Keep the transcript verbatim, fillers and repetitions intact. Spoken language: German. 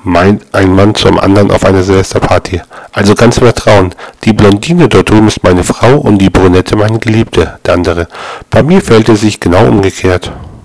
meint ein Mann zum anderen auf einer Silvesterparty. Also ganz im Vertrauen. Die Blondine dort drüben ist meine Frau und die Brünette meine Geliebte, der andere. Bei mir verhält es sich genau umgekehrt.